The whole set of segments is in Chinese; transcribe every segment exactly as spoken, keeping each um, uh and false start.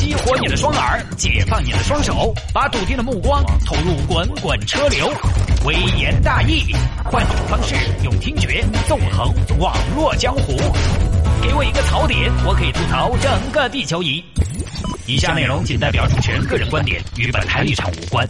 激活你的双耳，解放你的双手，把笃定的目光投入滚滚车流。微言大义，换种方式用听觉纵横网络江湖。给我一个槽点，我可以吐槽整个地球仪。以下内容仅代表主持人个人观点，与本台立场无关。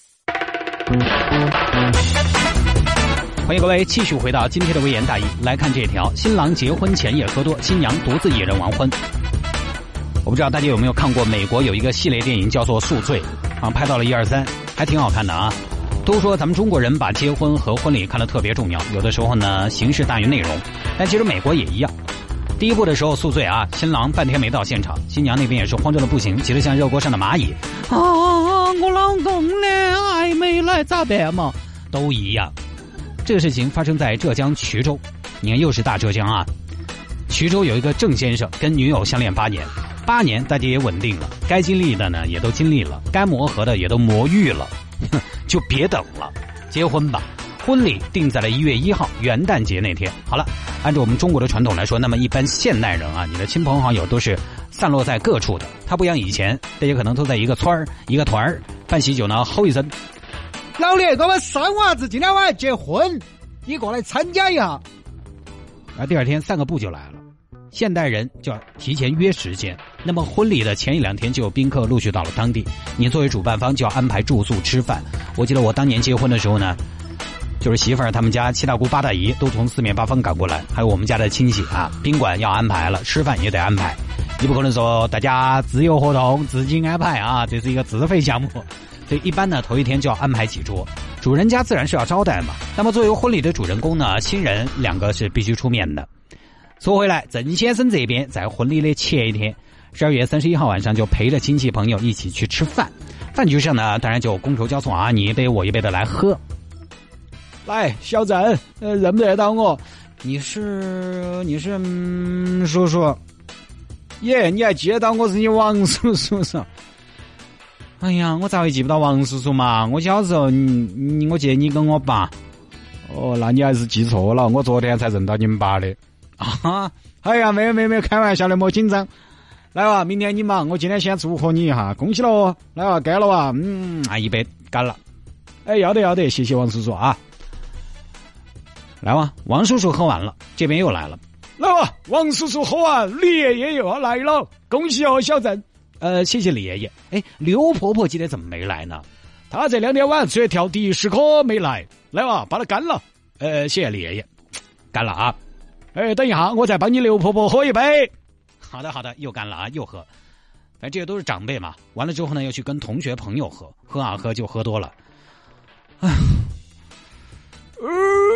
欢迎各位继续回到今天的微言大义，来看这条：新郎结婚前夜喝多，新娘独自一人完婚。我不知道大家有没有看过美国有一个系列电影叫做《宿醉》啊，拍到了一二三，还挺好看的啊。都说咱们中国人把结婚和婚礼看得特别重要，有的时候呢形式大于内容，但其实美国也一样。第一部的时候宿醉啊，新郎半天没到现场，新娘那边也是慌张的不行，急得像热锅上的蚂蚁啊！我老公呢还没来咋办嘛？都一样。这个事情发生在浙江衢州，你看又是大浙江啊。衢州有一个郑先生跟女友相恋八年，八年大家也稳定了，该经历的呢也都经历了，该磨合的也都磨玉了，就别等了，结婚吧。婚礼定在了一月一号元旦节那天。好了，按照我们中国的传统来说，那么一般现代人啊，你的亲朋好友都是散落在各处的，他不像以前，大家可能都在一个村儿一个团儿办喜酒呢，吼一声， 老李，我们三娃子今天晚上结婚，你过来参加一下。 而第二天散个步就来了。现代人就要提前约时间，那么婚礼的前一两天就有宾客陆续到了当地，你作为主办方就要安排住宿吃饭。我记得我当年结婚的时候呢，就是媳妇儿他们家七大姑八大姨都从四面八方赶过来，还有我们家的亲戚啊，宾馆要安排了，吃饭也得安排，你不可能说大家自由活动自己安排啊，这是一个自费项目。所以一般呢头一天就要安排几桌，主人家自然是要招待嘛。那么作为婚礼的主人公呢，新人两个是必须出面的。说回来，郑先生这边在婚礼的前一天十二月三十一号晚上就陪着亲戚朋友一起去吃饭，饭局上呢当然就觥筹交错啊，你一杯我一杯的来喝。 来，小郑，呃，认不认到我？ 你是你是、嗯、叔叔？ 耶，你还记得到我是你王叔叔噻？ 哎呀，我咋会记不到王叔叔嘛？我小时候，你你我记得你跟我爸。 哦，那你还是记错了，我昨天才认到你们爸的。 啊！ 哎呀，没有没有没有，开玩笑的，莫紧张。来哇，明天你忙，我今天先祝贺你一下，恭喜了哦！来哇，干了哇！嗯， 啊，一杯干了。 哎，要得要得，谢谢王叔叔啊！ 来哇，王叔叔喝完了，这边又来了。 来哇，王叔叔喝完，李爷爷又要来了，恭喜哦，小郑。 呃，谢谢李爷爷。哎，刘婆婆今天怎么没来呢？ 她这两天晚上出去跳迪斯科没来。来哇，把它干了。 呃，谢谢李爷爷，干了啊。 哎，等一下，我再帮你刘婆婆喝一杯。 好的，好的，又干了啊，又喝。反正这些都是长辈嘛。完了之后呢，又去跟同学朋友喝，喝啊喝就喝多了。哎， 呃，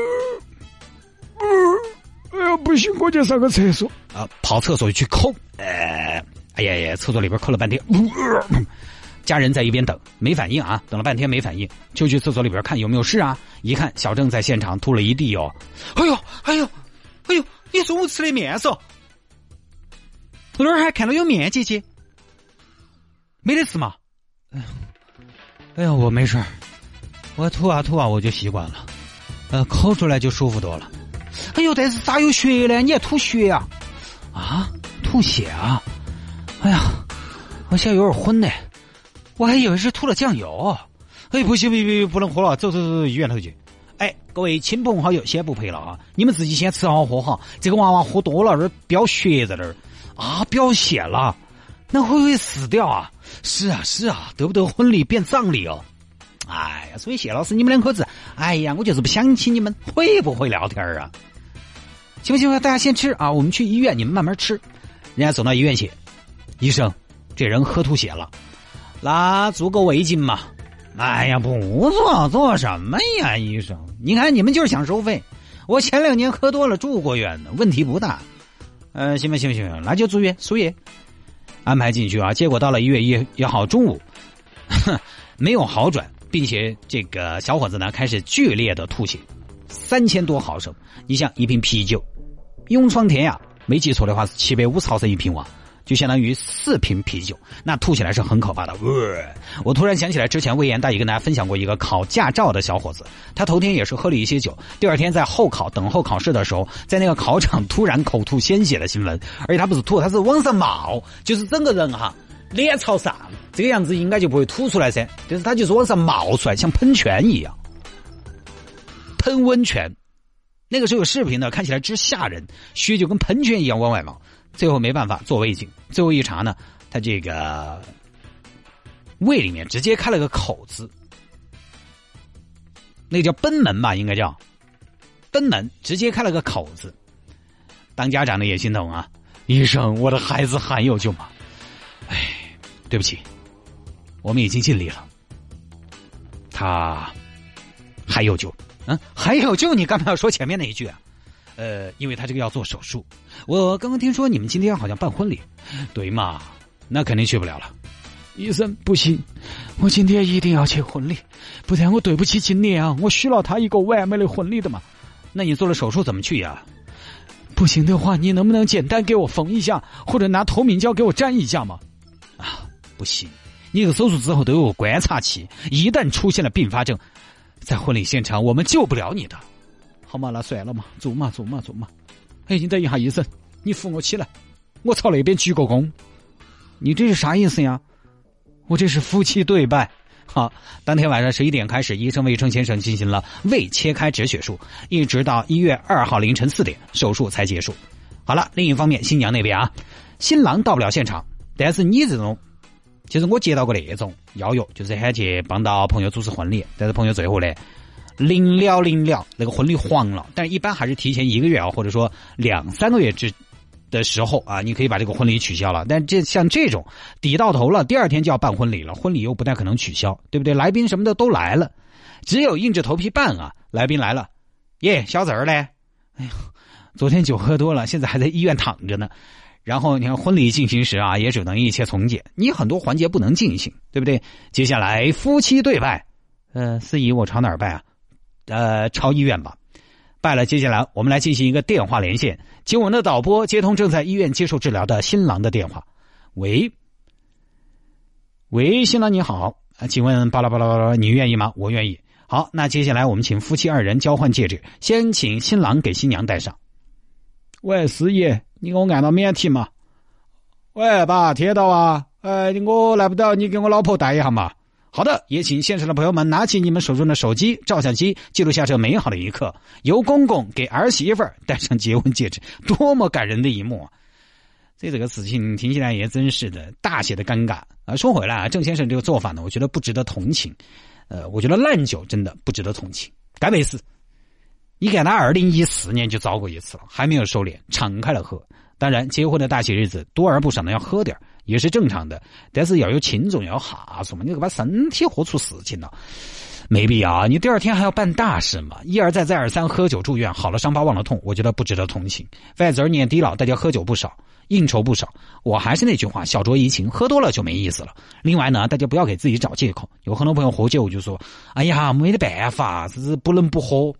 呃，哎呀，不行，我就上个厕所啊，跑厕所去抠。呃，哎呀呀，厕所里边抠了半天。呃、家人在一边等，没反应啊，等了半天没反应，就去厕所里边看有没有事啊。一看，小郑在现场吐了一地哦。哎呦，哎呦。哎呦，你中午吃的面嗦？我那儿还看到有面，姐姐，没得事嘛？哎呀，我没事儿，我吐啊吐啊，我就习惯了，呃，抠出来就舒服多了。哎呦，但是咋有血呢？你也吐血啊？啊，吐血啊？哎呀，我现在有点昏呢，我还以为是吐了酱油。哎，不行不行不行，不能喝了，走走走，医院头去。哎，各位亲朋好友，先不陪了啊！你们自己先吃好喝好。这个娃娃喝多了，这飙血在这儿啊，飙血了，那会不会死掉啊？是啊，是啊，得不得婚礼变葬礼哦？哎呀，所以谢老师，你们两口子，哎呀，我就是不想起你们，会不会聊天啊？行不行？大家先吃啊，我们去医院，你们慢慢吃。人家送到医院去，医生，这人喝吐血了，那做个胃镜嘛。哎呀，不做做什么呀，医生！你看你们就是想收费。我前两年喝多了住过院的，问题不大。呃，行吧行吧行吧，那就住院输液，安排进去啊。结果到了一月一一号中午，没有好转，并且这个小伙子呢开始剧烈的吐血，三千多毫升。你像一瓶啤酒，勇闯天涯，没记错的话是七百五十毫升一瓶哇。就相当于四瓶啤酒，那吐起来是很可怕的。呃、我突然想起来之前魏延大爷跟大家分享过一个考驾照的小伙子，他头天也是喝了一些酒，第二天在候考等候考试的时候，在那个考场突然口吐鲜血的新闻，而且他不是吐，他是往上冒，就是整个人哈脸朝上，这个样子应该就不会吐出来噻，但是它就是往上冒出来，像喷泉一样，喷温泉。那个时候有视频的，看起来之吓人，血就跟喷泉一样往外冒。最后没办法做胃镜，最后一查呢，他这个胃里面直接开了个口子，那个叫贲门吧，应该叫贲门，直接开了个口子。当家长的也心疼啊，医生，我的孩子还有救吗？哎，对不起，我们已经尽力了，他还有救。嗯，还有救？你干嘛要说前面那一句啊？呃，因为他这个要做手术。我刚刚听说你们今天好像办婚礼，对嘛？那肯定去不了了。医生，不行，我今天一定要去婚礼，不然我对不起今年啊，我许了他一个完美的婚礼的嘛。那你做了手术怎么去呀？不行的话，你能不能简单给我缝一下，或者拿透明胶给我粘一下嘛？啊，不行，你这个手术之后都有观察期，一旦出现了并发症，在婚礼现场我们救不了你的。好嘛，那算了嘛，走嘛走嘛走嘛。哎，你等一下，医生，你扶我起来，我朝那边鞠个躬。你这是啥意思呀？我这是夫妻对拜。好，当天晚上十一点开始，医生魏成先生进行了胃切开止血术，一直到一月二号凌晨四点，手术才结束。好了，另一方面，新娘那边啊，新郎到不了现场，但是你这种，其实我接到过那种邀约，就是喊去帮到朋友主持婚礼，但是朋友最后呢，临了临了，那个婚礼黄了，但是一般还是提前一个月啊，或者说两三个月之的时候啊，你可以把这个婚礼取消了。但这像这种抵到头了，第二天就要办婚礼了，婚礼又不太可能取消，对不对？来宾什么的都来了，只有硬着头皮办啊。来宾来了，耶，小子儿嘞，哎呦，昨天酒喝多了，现在还在医院躺着呢。然后你看婚礼进行时啊，也只能一切从简，你很多环节不能进行，对不对？接下来夫妻对拜，呃，司仪我朝哪儿拜啊？呃，朝医院吧。拜了，接下来我们来进行一个电话连线，请我们的导播接通正在医院接受治疗的新郎的电话。喂，喂，新郎你好，请问巴拉巴拉巴拉，你愿意吗？我愿意。好，那接下来我们请夫妻二人交换戒指，先请新郎给新娘戴上。喂，师爷，你给我按到免提嘛？喂，爸，听到啊？呃，我来不到，你给我老婆戴一下嘛。好的，也请现场的朋友们拿起你们手中的手机、照相机，记录下这美好的一刻。由公公给儿媳妇儿戴上结婚戒指，多么感人的一幕啊！这这个事情听起来也真是的大写的尴尬啊！说回来啊，郑先生这个做法呢，我觉得不值得同情。呃，我觉得烂酒真的不值得同情。该没事，你看他二零一四年就遭过一次了，还没有收敛，敞开了喝。当然，结婚的大喜日子多而不少的要喝点，也是正常的，但是要有轻重，要有哈数嘛，你把身体喝出事情了，没必要。你第二天还要办大事嘛，一而再再而三喝酒住院，好了伤疤忘了痛，我觉得不值得同情。反正年底了，大家喝酒不少，应酬不少，我还是那句话，小酌怡情，喝多了就没意思了。另外呢，大家不要给自己找借口，有很多朋友喝酒就说，哎呀，没得办法，这是不能不喝。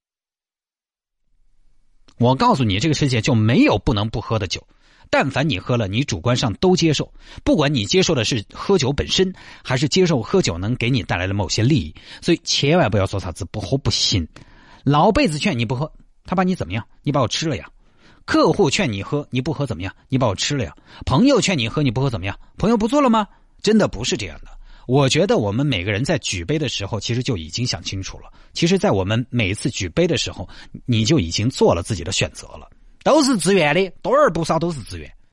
我告诉你，这个世界就没有不能不喝的酒，但凡你喝了，你主观上都接受，不管你接受的是喝酒本身，还是接受喝酒能给你带来的某些利益，所以千万不要说啥子不喝不行。老辈子劝你不喝，他把你怎么样？你把我吃了呀。客户劝你喝，你不喝怎么样？你把我吃了呀。朋友劝你喝，你不喝怎么样？朋友不做了吗？真的不是这样的。我觉得我们每个人在举杯的时候，其实就已经想清楚了。其实在我们每一次举杯的时候，你就已经做了自己的选择了，都是自愿的，多而不少都是自愿。